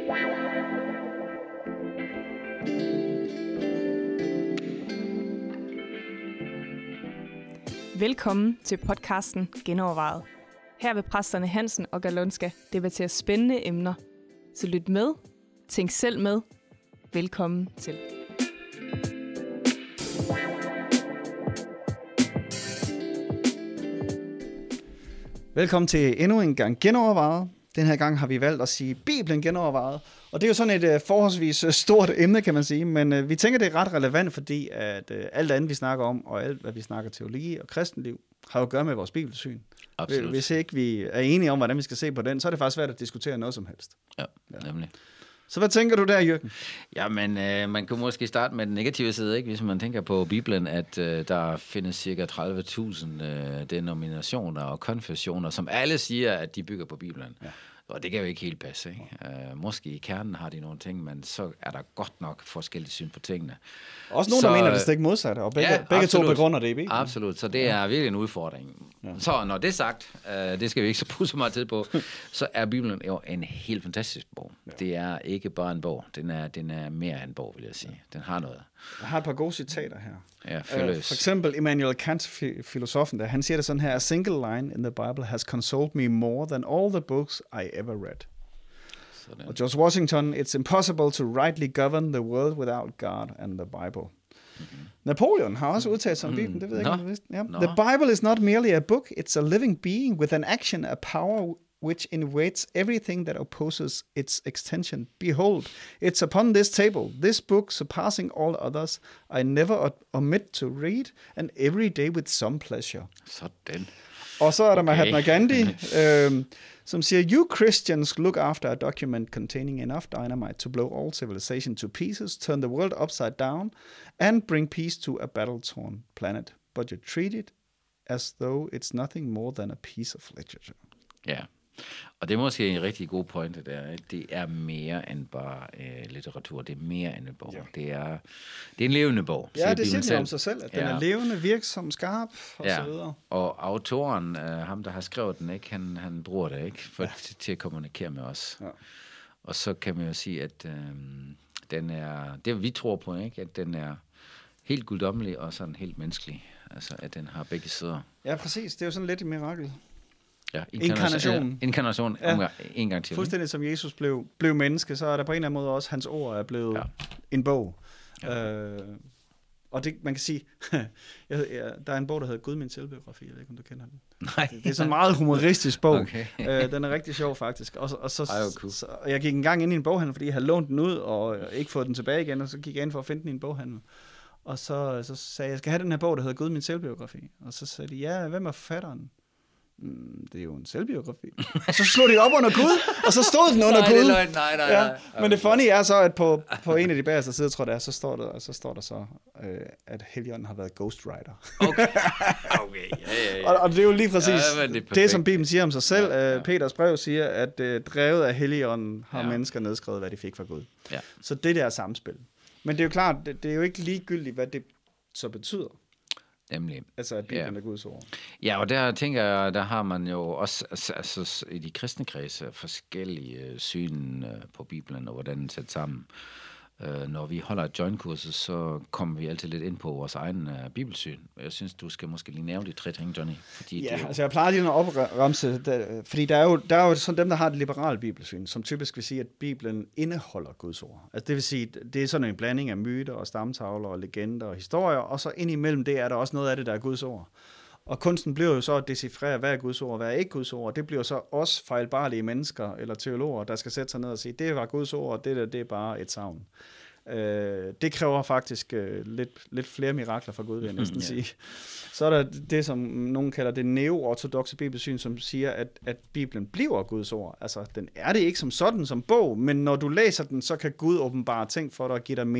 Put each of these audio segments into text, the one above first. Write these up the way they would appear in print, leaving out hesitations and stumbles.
Velkommen til podcasten Genovervejet. Her vil præsterne Hansen og Galonska debattere spændende emner. Så lyt med, tænk selv med. Velkommen til. Velkommen til endnu en gang Genovervejet. Den her gang har vi valgt at sige Bibelen genovervejet. Og det er jo sådan et forholdsvis stort emne, kan man sige. Men vi tænker, det er ret relevant, fordi at alt andet, vi snakker om, og alt, hvad vi snakker teologi og kristenliv, har jo at gøre med vores bibelsyn. Absolut. Hvis ikke vi er enige om, hvordan vi skal se på den, så er det faktisk svært at diskutere noget som helst. Ja, nemlig. Så hvad tænker du der, Jürgen? Jamen, man kunne måske starte med den negative side, ikke? Hvis man tænker på Bibelen, at der findes cirka 30.000 denominationer og konfessioner, som alle siger, at de bygger på Bibelen. Ja. Og det kan jo ikke helt passe, ikke? Måske i kernen har de nogle ting, men så er der godt nok forskellige syn på tingene. Også nogle, der mener det stik modsatte, og begge to begrunder det i Bibelen. Absolut, så det er virkelig en udfordring. Ja. Så når det er sagt, det skal vi ikke så bruge så meget tid på, så er Bibelen jo en helt fantastisk bog. Ja. Det er ikke bare en bog, den er mere en bog, vil jeg sige. Den har noget. Jeg har et par gode citater her. Ja, for eksempel Immanuel Kant, filosofen der, han siger det sådan her: A single line in the Bible has consoled me more than all the books I ever read. Sådan. Og George Washington: It's impossible to rightly govern the world without God and the Bible. Mm-hmm. Napoleon har også udtalt sig om Bibelen, det ved jeg ikke, om du vidste. Ja. The Bible is not merely a book, it's a living being with an action, a power which invades everything that opposes its extension. Behold, it's upon this table, this book surpassing all others, I never omit to read, and every day with some pleasure. Sådan. Og så er der Mahatma Gandhi, som siger: You Christians look after a document containing enough dynamite to blow all civilization to pieces, turn the world upside down, and bring peace to a battle-torn planet. But you treat it as though it's nothing more than a piece of literature. Ja. Og det er måske en rigtig god pointe der. Det er mere end bare litteratur. Det er mere end en bog. Ja. Det er en levende bog. Ja, det siger den om sig selv, at den er levende, virksom, skarp og så videre. Og autoren, ham der har skrevet den, ikke, han bruger det ikke til at kommunikere med os. Ja. Og så kan man jo sige, at den er, det vi tror på, ikke, at den er helt guddommelig og sådan helt menneskelig. Altså, at den har begge sider. Ja, præcis. Det er jo sådan lidt et mirakel. Ja, inkarnation. En gang til. Fuldstændig som Jesus blev menneske, så er der på en eller anden måde også, hans ord er blevet en bog. Ja. Og det, man kan sige, der er en bog, der hedder Gud, min selvbiografi. Jeg ved ikke, om du kender den. Nej. Det er sådan en meget humoristisk bog. Okay. Den er rigtig sjov, faktisk. Så jeg gik en gang ind i en boghandel, fordi jeg havde lånt den ud, og ikke fået den tilbage igen, og så gik jeg ind for at finde den i en boghandel. Og så sagde jeg skal have den her bog, der hedder Gud, min selvbiografi. Og så sagde de, ja, hvem er forfatteren? Det er jo en selvbiografi. Og så slog de op under Gud, og så stod den under Gud. Nej. Ja. Men det funny er så, at på en af de bagerste sider, tror jeg, så står der så, at Helligånden har været ghostwriter. Okay. Ja. Og det er jo lige præcis det som Bibelen siger om sig selv. Peters brev siger, at drevet af Helligånden har mennesker nedskrevet, hvad de fik fra Gud. Ja. Så det der samspil. Men det er jo klart, det er jo ikke ligegyldigt, hvad det så betyder. Nemlig. Altså at Bibelen er Guds ord. Ja, og der tænker jeg, der har man jo også altså, i de kristne kredse forskellige syn på Bibelen og hvordan den er sat sammen. Når vi holder et joint-kursus, så kommer vi altid lidt ind på vores egen bibelsyn. Jeg synes, du skal måske lige nævne de 3 ting, Johnny. Fordi altså jeg plejer lige at opremse, fordi der er jo sådan dem, der har et liberalt bibelsyn, som typisk vil sige, at Bibelen indeholder Guds ord. Altså det vil sige, det er sådan en blanding af myter og stamtavler og legender og historier, og så indimellem det er der også noget af det, der er Guds ord. Og kunsten bliver jo så at decifrere, hvad er Guds ord, hvad er ikke Guds ord. Det bliver så også fejlbarlige mennesker eller teologer, der skal sætte sig ned og sige, det var Guds ord, og det er bare et savn. Det kræver faktisk lidt flere mirakler fra Gud, vil jeg næsten sige. Så er der det, som nogen kalder det neo-ortodoxe bibelsyn, som siger, at Bibelen bliver Guds ord. Altså, den er det ikke som sådan, som bog, men når du læser den, så kan Gud åbenbare ting for dig og give dig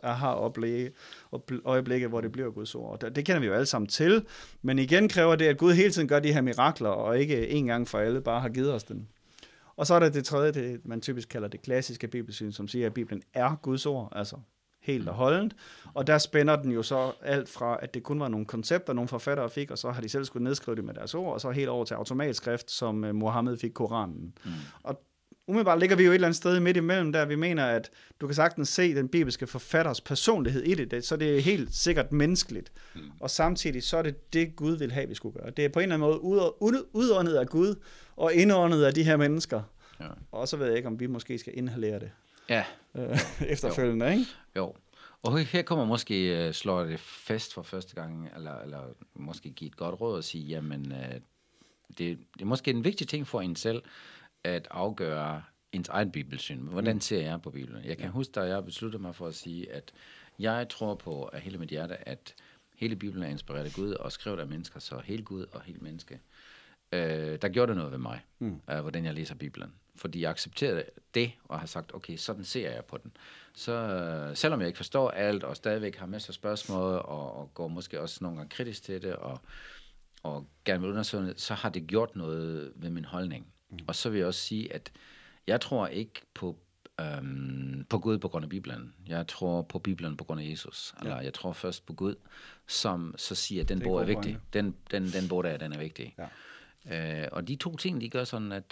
øjeblikke, hvor det bliver Guds ord. Det kender vi jo alle sammen til, men igen kræver det, at Gud hele tiden gør de her mirakler, og ikke en gang for alle bare har givet os den. Og så er der det tredje, det man typisk kalder det klassiske bibelsyn, som siger, at Bibelen er Guds ord, altså helt og holdent. Og der spænder den jo så alt fra, at det kun var nogle koncepter, nogle forfattere fik, og så har de selv skulle nedskrive det med deres ord, og så helt over til automatskrift, som Mohammed fik Koranen. Og umiddelbart ligger vi jo et eller andet sted midt imellem, der vi mener, at du kan sagtens se den bibelske forfatters personlighed i det, så det er helt sikkert menneskeligt. Og samtidig så er det Gud vil have, vi skulle gøre. Det er på en eller anden måde udåndet af Gud, og indåndet af de her mennesker. Ja. Og så ved jeg ikke, om vi måske skal inhalere det. Ja. Efterfølgende, jo. Ikke? Jo. Og her kommer måske slår det fast for første gang, eller måske give et godt råd og sige, jamen, det er måske en vigtig ting for en selv, at afgøre ens egen bibelsyn. Hvordan ser jeg på Bibelen? Jeg kan huske, da jeg besluttede mig for at sige, at jeg tror på af hele mit hjerte, at hele Bibelen er inspireret af Gud og skrevet af mennesker, så helt Gud og helt menneske. Der gjorde det noget ved mig, hvordan jeg læser Bibelen. Fordi jeg accepterede det, og har sagt, okay, sådan ser jeg på den. Så selvom jeg ikke forstår alt, og stadigvæk har masser af spørgsmål, og går måske også nogle gange kritisk til det, og gerne vil undersøge det, så har det gjort noget ved min holdning. Og så vil jeg også sige, at jeg tror ikke på Gud på grund af Bibelen. Jeg tror på Bibelen på grund af Jesus. Eller jeg tror først på Gud, som så siger, at den bog er vigtig. Den bog der, den er vigtig. Ja. Og de to ting, de gør sådan, at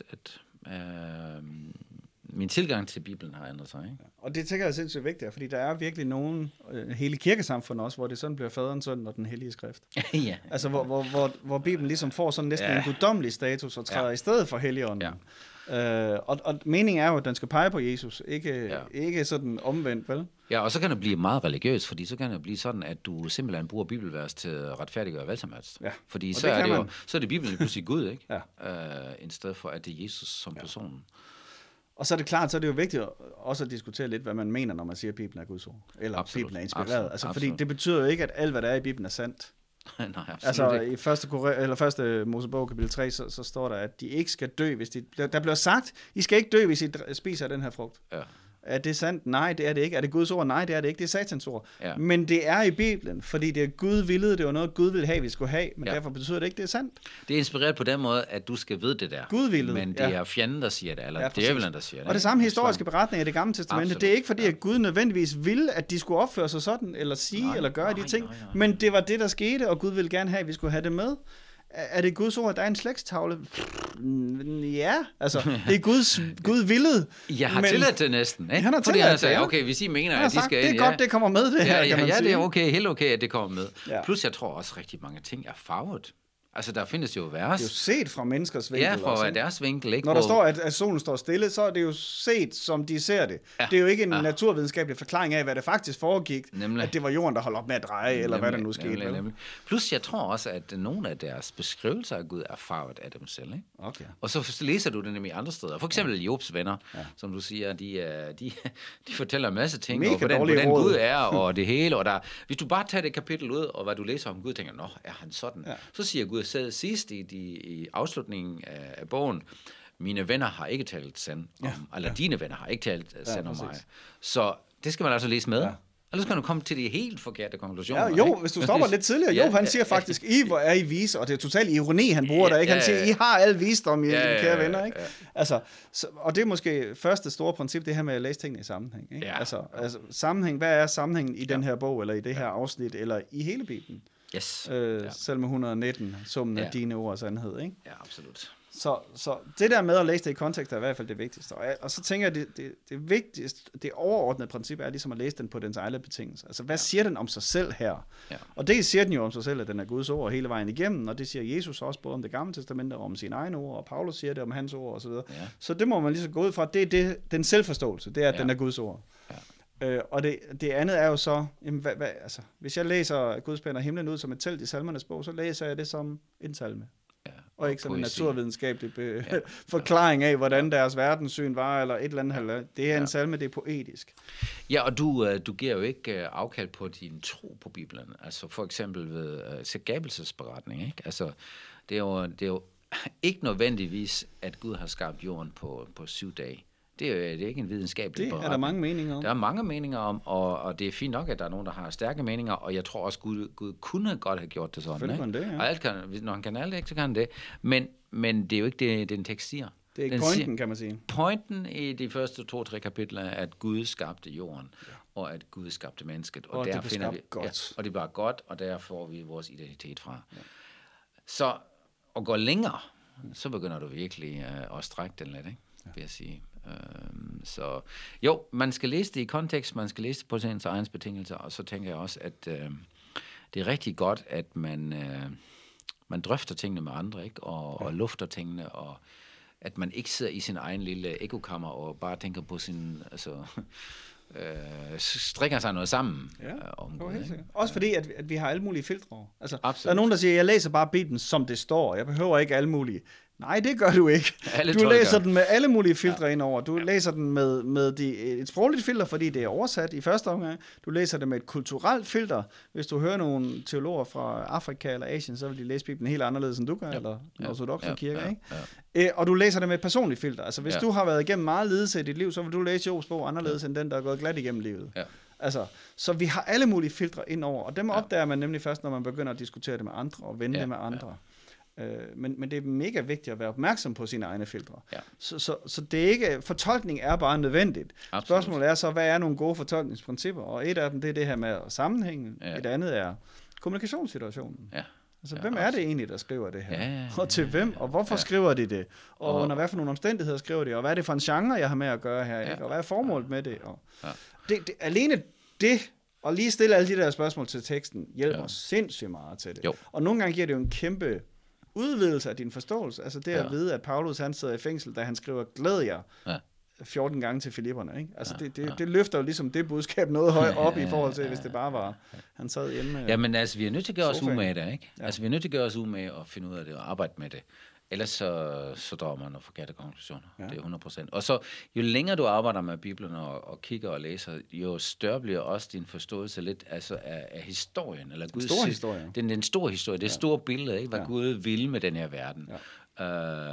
min tilgang til Bibelen har ændret sig. Ikke? Og det tænker jeg er sindssygt vigtigt, fordi der er virkelig nogen, hele kirkesamfundet også, hvor det sådan bliver faderen, sønnen og den hellige skrift. Ja. Altså hvor Bibelen ligesom får sådan næsten en guddommelig status og træder i stedet for Helligånden. Ja. Og meningen er jo, at den skal pege på Jesus, ikke sådan omvendt, vel? Ja, og så kan det blive meget religiøs, fordi så kan det blive sådan, at du simpelthen bruger bibelvers til at retfærdiggøre hvad som helst. Ja. Fordi så er det Bibelen pludselig Gud, ikke? I stedet for, at det er Jesus som personen. Og så er det klart, så er det jo vigtigt også at diskutere lidt, hvad man mener, når man siger, at Bibelen er Guds ord. Eller Bibelen er inspireret. Altså, fordi det betyder jo ikke, at alt, hvad der er i Bibelen, er sandt. Nej, altså i første Mosebog kapitel 3, så står der, at de ikke skal dø, hvis der bliver sagt, I skal ikke dø, hvis I spiser den her frugt. Ja. Er det sandt? Nej, det er det ikke. Er det Guds ord? Nej, det er det ikke. Det er Satans ord. Ja. Men det er i Bibelen, fordi det er Gud ville, det var noget, Gud ville have, vi skulle have, men derfor betyder det ikke, det er sandt. Det er inspireret på den måde, at du skal vide det der. Gud ville. Men det er fjenden, der siger det, eller djævlen, der siger det. Og det samme historiske beretning i Det Gamle Testamente, det er ikke fordi, at Gud nødvendigvis ville, at de skulle opføre sig sådan, eller sige, eller gøre de ting, men det var det, der skete, og Gud ville gerne have, at vi skulle have det med. Er det Guds ord, at der er en slægtstavle? Ja, altså, det er Gud villet. Jeg har tilladt det næsten, ikke? Han har tilladt det, sagde, okay, hvis I mener, at de skal ind, det er godt, det kommer med, det her, kan man sige. Ja, det er okay, helt okay, at det kommer med. Ja. Plus, jeg tror også rigtig mange ting er farvet. Altså, der findes jo vers. Det er jo set fra menneskers vinkel. Ja, fra deres vinkel. Ikke? Når der står, at solen står stille, så er det jo set, som de ser det. Ja. Det er jo ikke en naturvidenskabelig forklaring af, hvad det faktisk foregik. Nemlig. At det var jorden, der holdt op med at dreje, eller hvad der nu skete. Nemlig. Plus, jeg tror også, at nogle af deres beskrivelser af Gud er farvet af dem selv. Ikke? Okay. Og så læser du det nemlig andre steder. For eksempel Jobs venner, som du siger, de fortæller en masse ting, og hvordan Gud er, og det hele. Og hvis du bare tager det kapitel ud, og hvad du læser om Gud, tænker, nå, er han sådan? Ja. Så siger Gud selv sidst i afslutningen af bogen, mine venner har ikke talt sand om, eller dine venner har ikke talt sand om mig. Så det skal man altså læse med. Ja. Ellers kan du komme til de helt forkerte konklusioner. Ja, jo, hvis du stopper lidt tidligere. Han siger faktisk, I er I vise, og det er totalt ironi, han bruger der, ikke? Han siger, I har al visdom, kære venner, ikke? Altså, og det er måske første store princip, det her med at læse tingene i sammenhæng, ikke? Altså, sammenhæng, hvad er sammenhængen i den her bog, eller i det her afsnit, eller i hele Bibelen? Yes. Selv med 119, summen af dine ord og sandhed, ikke? Ja, absolut. Så det der med at læse det i kontekst er i hvert fald det vigtigste. Og så tænker jeg, det vigtigste, det overordnede princip er ligesom at læse den på dens egne betingelser. Altså, hvad siger den om sig selv her? Ja. Og det siger den jo om sig selv, at den er Guds ord hele vejen igennem, og det siger Jesus også både om Det Gamle Testamente og om sine egne ord, og Paulus siger det om hans ord osv. Ja. Så det må man ligesom gå ud fra, det er den selvforståelse, det er, at den er Guds ord. Ja. Og det andet er jo så, jamen, altså, hvis jeg læser Gud spænder himlen ud som et telt i salmernes bog, så læser jeg det som en salme. Og ikke som en naturvidenskabelig forklaring af, hvordan deres verdenssyn var, eller et eller andet. Det er en salme, det er poetisk. Ja, og du giver jo ikke afkald på din tro på Bibelen. Altså for eksempel ved skabelsesberetning, ikke? Altså, det er jo ikke nødvendigvis, at Gud har skabt jorden på 7 dage. Det er ikke en videnskabelig beretning. Det er der mange meninger om. Der er mange meninger om, og det er fint nok, at der er nogen, der har stærke meninger, og jeg tror også, Gud kunne godt have gjort det sådan. Ikke? Det, ja. Og alt når han kan alt ikke, så kan han det. Men det er jo ikke det, den tekst siger. Det er ikke pointen, kan man sige. Pointen i de første 2-3 kapitler er, at Gud skabte jorden, og at Gud skabte mennesket. Og der finder vi godt. Og det var godt, og der får vi vores identitet fra. Ja. Så at gå længere, så begynder du virkelig at strække den lidt, ikke? Vil jeg sige. Så jo, man skal læse det i kontekst, man skal læse det på sine egne betingelser, og så tænker jeg også, at det er rigtig godt, at man drøfter tingene med andre, ikke? Og lufter tingene, og at man ikke sidder i sin egen lille ekokammer og bare tænker på sin, strikker sig noget sammen. Om det, også fordi, at vi har alle mulige filtre. Altså, der er nogen, der siger, jeg læser bare Bibelen, som det står. Jeg behøver ikke alle mulige. Nej, det gør du ikke. Du læser den med alle mulige filtre ind over. Du læser den med et sprogligt filter, fordi det er oversat i første omgang. Du læser det med et kulturelt filter. Hvis du hører nogle teologer fra Afrika eller Asien, så vil de læse Bibelen helt anderledes, end du gør, eller den ortodokse kirke. Ikke? Og du læser det med et personligt filter. Altså, hvis du har været igennem meget lidelse i dit liv, så vil du læse Jobs bog anderledes end den, der er gået glat igennem livet. Ja. Altså, så vi har alle mulige filtre ind over, og dem opdager man nemlig først, når man begynder at diskutere det med andre og vende det med andre. Men det er mega vigtigt at være opmærksom på sine egne filtre. Ja. Så det er ikke, fortolkning er bare nødvendigt. Absolut. Spørgsmålet er så, hvad er nogle gode fortolkningsprincipper? Og et af dem, det er det her med sammenhængen. Ja. Et andet er kommunikationssituationen. Ja. Altså, hvem er det egentlig, der skriver det her? Ja. Og til hvem? Og hvorfor skriver de det? Og under hvad for nogle omstændigheder skriver de? Og hvad er det for en genre, jeg har med at gøre her? Ikke? Og hvad er formålet med det? Og alene det, og lige stille alle de der spørgsmål til teksten, hjælper os sindssygt meget til det. Jo. Og nogle gange giver det jo en kæmpe udvidelse af din forståelse. Altså det at vide, at Paulus han sidder i fængsel, da han skriver, glæd jer 14 gange til Filipperne. Ikke? Altså det løfter jo ligesom det budskab noget højt op i forhold til, hvis det bare var, han sad hjemme. Ja, men altså, vi er nødt til at gøre os umage der, ikke? Ja. Altså, vi er nødt til at gøre os umage og finde ud af det og arbejde med det. Ellers så drager man nogle forkerte konklusioner. Ja. Det er 100%. Og så, jo længere du arbejder med Bibelen og kigger og læser, jo større bliver også din forståelse lidt af historien. Eller Guds store historie. Den store historie, det store billede, ikke? Hvad Gud vil med den her verden. Ja.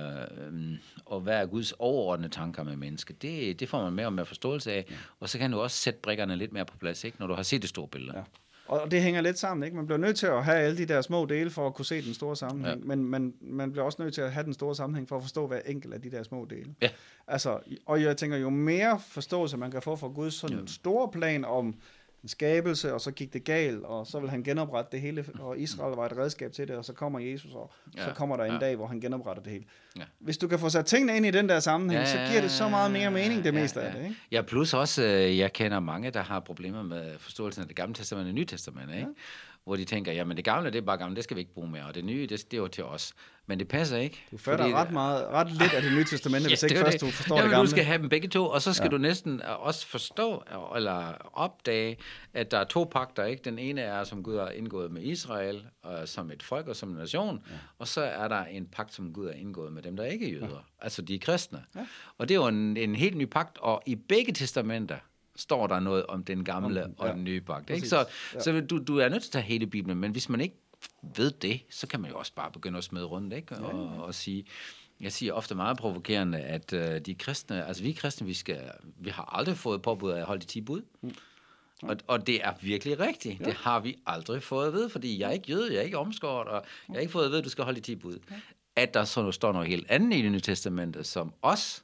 Og hvad er Guds overordnede tanker med mennesket. Det får man mere og mere forståelse af. Ja. Og så kan du også sætte brikkerne lidt mere på plads, ikke? Når du har set det store billede. Ja. Og det hænger lidt sammen, ikke? Man bliver nødt til at have alle de der små dele for at kunne se den store sammenhæng, men man bliver også nødt til at have den store sammenhæng for at forstå hver enkelt af de der små dele. Ja. Altså, og jeg tænker, jo mere forståelse man kan få fra Guds sådan en stor plan om en skabelse, og så gik det galt, og så vil han genoprette det hele, og Israel var et redskab til det, og så kommer Jesus, og så kommer der en dag, hvor han genopretter det hele. Ja. Hvis du kan få sat tingene ind i den der sammenhæng, så giver det så meget mere mening, det meste af det. Ikke? Ja, plus også, jeg kender mange, der har problemer med forståelsen af det gamle testament og det nye testament, ikke? Ja. Hvor de tænker, jamen det gamle, det er bare gamle, det skal vi ikke bruge mere, og det nye, det er jo til os. Men det passer ikke. Du fatter ret lidt af det nye testamente, hvis ikke først du forstår det gamle. Du skal have dem begge to, og så skal du næsten også forstå, eller opdage, at der er to pagter, ikke? Den ene er, som Gud har indgået med Israel, som et folk og som en nation, og så er der en pagt, som Gud har indgået med dem, der ikke er jøder, altså de kristne. Ja. Og det er jo en helt ny pagt, og i begge testamenter står der noget om den gamle og den nye pagt. Ikke? Så du er nødt til at tage hele Bibelen, men hvis man ikke ved det, så kan man jo også bare begynde at smide rundt, ikke? Og sige, jeg siger ofte meget provokerende, at de kristne, altså vi kristne, vi har aldrig fået påbud af at holde de 10 bud. Og det er virkelig rigtigt. Ja. Det har vi aldrig fået at vide, fordi jeg er ikke jøde, jeg er ikke omskåret, og jeg har ikke fået at vide, at du skal holde de 10 bud. Ja. At der så står noget helt andet i det nye testamente, som også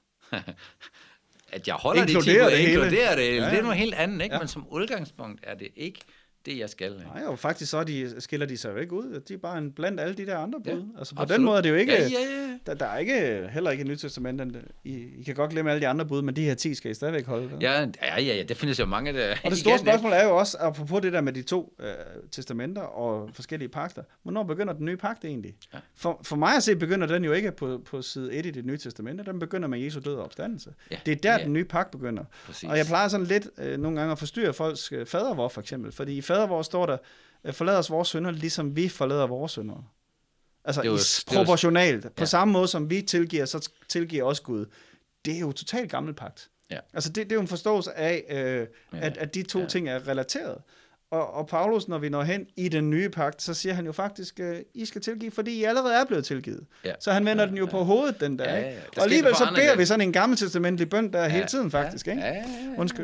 at jeg holder de 10 bud, inkluderer det. Ja. Det er noget helt andet, ikke? Men som udgangspunkt er det ikke det, jeg skal. Ikke? Nej, og faktisk så skiller de sig jo ikke ud. De er bare blandt alle de der andre bud. Ja, altså på absolut. Den måde er det jo ikke... Der er ikke, heller ikke et nyt testament. I kan godt glemme alle de andre bud, men de her 10 skal I stadigvæk holde. Ja, det findes jo mange der... Og det store spørgsmål er jo også, apropos det der med de 2 testamenter og forskellige pagter. Hvornår begynder den nye pagt egentlig? Ja. For mig at se, begynder den jo ikke på side 1 i det nye testamente. Den begynder med Jesu død og opstandelse. Ja. Det er der, den nye pagt begynder. Præcis. Og jeg plejer sådan lidt nogle gange at forstyrre folks fadervor, for eksempel. Fordi i fadervor står der, forlad os vores synder, ligesom vi forlader vores synder. Altså proportionalt. På samme måde som vi tilgiver, så tilgiver også Gud. Det er jo totalt gammel pagt. Ja. Altså det er jo en forståelse af, at de to ting er relateret. Og Paulus, når vi når hen i den nye pagt, så siger han jo faktisk, I skal tilgive, fordi I allerede er blevet tilgivet. Ja. Så han vender den jo på hovedet, den der. Ja. Og alligevel så beder vi sådan en gammeltestamentlig bøn der hele tiden faktisk, ikke? Ja. Undskyld.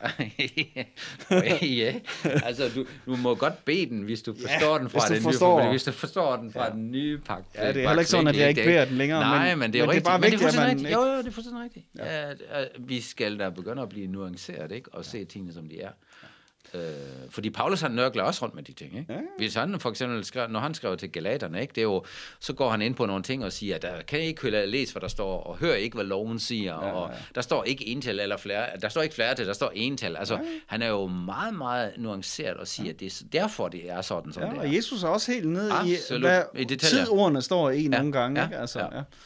Ja. Altså, du må godt bede den, hvis du forstår den fra den nye, hvis du forstår den fra den nye pagt. Ja, det er heller ikke sådan, at jeg ikke beder den længere. Nej, men det er jo rigtigt. Bare vigtigt, at man ikke... Jo, det er fuldstændig rigtigt. Ja. Vi skal da begynde at blive nuanceret, ikke? Og se tingene, som de er. Fordi Paulus han nørkler også rundt med de ting, ikke? Ja. Hvis han for eksempel når han skriver til Galaterne, ikke? Det er jo, så går han ind på nogle ting og siger, at der kan I ikke læse, hvad der står, og hør ikke, hvad loven siger, og der står ikke ental eller flere, der står ikke flere til, der står ental. Altså, han er jo meget, meget nuanceret og siger, at det er derfor, det er sådan, som det er. Og Jesus er også helt nede i, hvad tidordene står i nogle gange, ikke? Altså,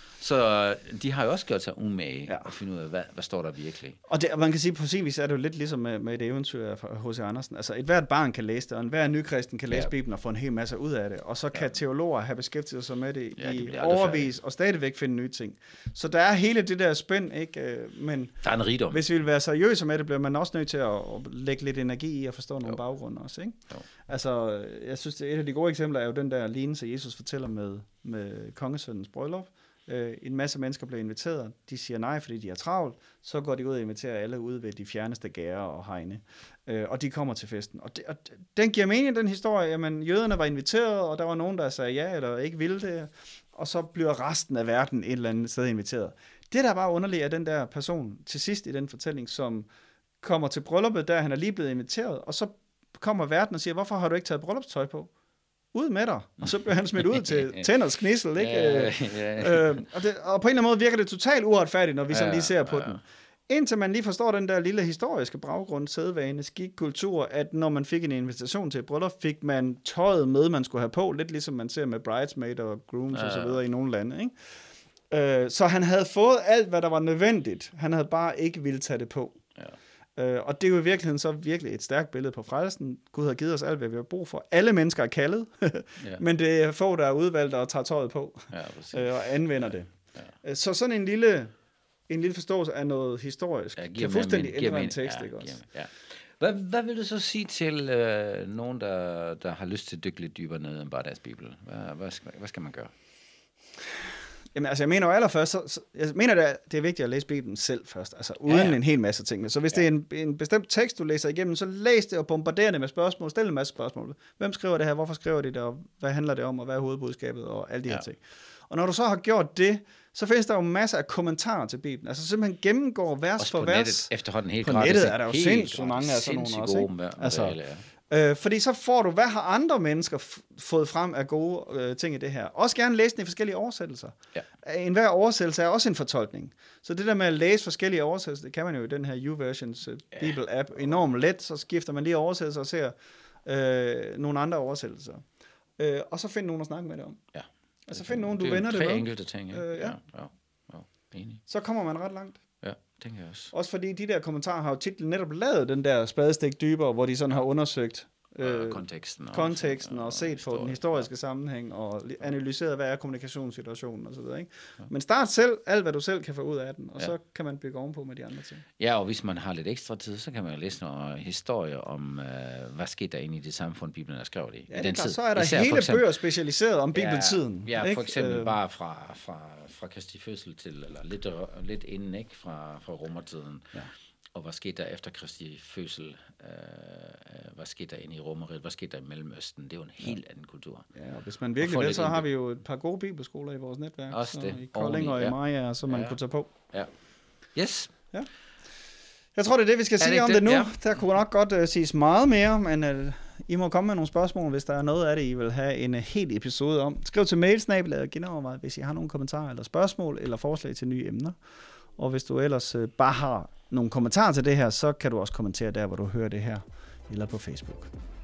Så de har jo også gjort sig umage at finde ud af, hvad står der virkelig. Og man kan sige, på sin vis er det jo lidt ligesom med et eventyr fra H.C. Andersen. Altså, et hvert barn kan læse det, og enhver nykristen kan læse Bibelen og få en hel masse ud af det. Og så kan teologer have beskæftiget sig med det i overvis og stadigvæk finde nye ting. Så der er hele det der spænd, ikke? Men der er en rigdom. Hvis vi vil være seriøse med det, bliver man også nødt til at lægge lidt energi i at forstå nogle baggrunde også, ikke? Altså, jeg synes, et af de gode eksempler er jo den der lignelse, Jesus fortæller med kongesønnens bryllup. En masse mennesker bliver inviteret, de siger nej, fordi de er travlt, så går de ud og inviterer alle ud ved de fjerneste gærer og hegne, og de kommer til festen. Og den giver mening, den historie, jamen jøderne var inviteret, og der var nogen, der sagde ja eller ikke ville det, og så bliver resten af verden et eller andet sted inviteret. Det, der er bare underligt, er den der person til sidst i den fortælling, som kommer til brylluppet, der han er lige blevet inviteret, og så kommer verden og siger, hvorfor har du ikke taget bryllupstøj på? Ud med dig, og så bliver han smidt ud til tænders knissel, ikke? Og på en eller anden måde virker det totalt uretfærdigt, når vi sådan lige ser på den. Indtil man lige forstår den der lille historiske baggrund, sædvane, skik, kultur, at når man fik en invitation til et bryllup, fik man tøjet med, man skulle have på, lidt ligesom man ser med bridesmaid og grooms og så videre i nogle lande, ikke? Så han havde fået alt, hvad der var nødvendigt. Han havde bare ikke ville tage det på. Og det er jo i virkeligheden så virkelig et stærkt billede på frelsen. Gud har givet os alt, hvad vi har brug for. Alle mennesker er kaldet, men det er få, der er udvalgt og tager tøjet på og anvender det. Så sådan en lille forståelse af noget historisk kan fuldstændig ændre en tekst. Ikke også? Hvad vil du så sige til nogen, der har lyst til at dykke lidt dybere ned end bare deres bibel? Hvad skal man gøre? Jamen, altså, jeg mener jo allerførst, jeg mener, det er vigtigt at læse Bibelen selv først, altså uden en hel masse ting. Så hvis det er en bestemt tekst, du læser igennem, så læs det og bombarder det med spørgsmål, stil en masse spørgsmål. Hvem skriver det her, hvorfor skriver de det, og hvad handler det om, og hvad er hovedbudskabet, og alle de her ting. Og når du så har gjort det, så findes der jo masser af kommentarer til Bibelen. Altså simpelthen gennemgår vers også for på vers. Nettet, efterhånden helt på gratis. Nettet er der jo sindssygt mange af sådan nogle også, ikke? Fordi så får du, hvad har andre mennesker fået frem af gode ting i det her. Også gerne læse den i forskellige oversættelser. Enhver oversættelse er også en fortolkning. Så det der med at læse forskellige oversættelser, det kan man jo i den her YouVersions Bible-app enormt let. Så skifter man lige oversættelser og ser nogle andre oversættelser. Og så find nogen at snakke med det om. Altså find nogen, du vender det med. Det er enkelte ting, ja. Enig. Så kommer man ret langt. Ja, tænker jeg også. Også fordi de der kommentarer har jo tit netop lavet den der spadestik dybere, hvor de sådan har undersøgt konteksten og set på den historiske sammenhæng og analyseret, hvad er kommunikationssituationen og så videre, ikke? Men start selv, alt hvad du selv kan få ud af den, og så kan man bygge ovenpå med de andre ting. Ja, og hvis man har lidt ekstra tid, så kan man jo læse nogle historier om, hvad skete der inde i det samfund, Bibelen er skrevet i. Ja, det er klart, så er der hele bøger specialiseret om bibeltiden. Ja, for eksempel bare fra Kristi fødsel til, eller lidt inden, ikke? Fra romertiden. Ja. Og hvad skete der efter Kristi fødsel? Hvad skete der inde i Romeriet? Hvad skete der i Mellemøsten? Det er jo en helt anden kultur. Ja, og hvis man virkelig vil, så har vi jo et par gode bibelskoler i vores netværk. Også det. I Kolding og i Maja, som man kunne tage på. Ja. Yes. Ja. Jeg tror, det er det, vi skal sige om det nu. Ja. Der kunne nok godt siges meget mere, men I må komme med nogle spørgsmål, hvis der er noget af det, I vil have en helt episode om. Skriv til mailsnabel@genovervejet, hvis I har nogle kommentarer eller spørgsmål eller forslag til nye emner. Og hvis du ellers bare har nogle kommentarer til det her, så kan du også kommentere der, hvor du hører det her, eller på Facebook.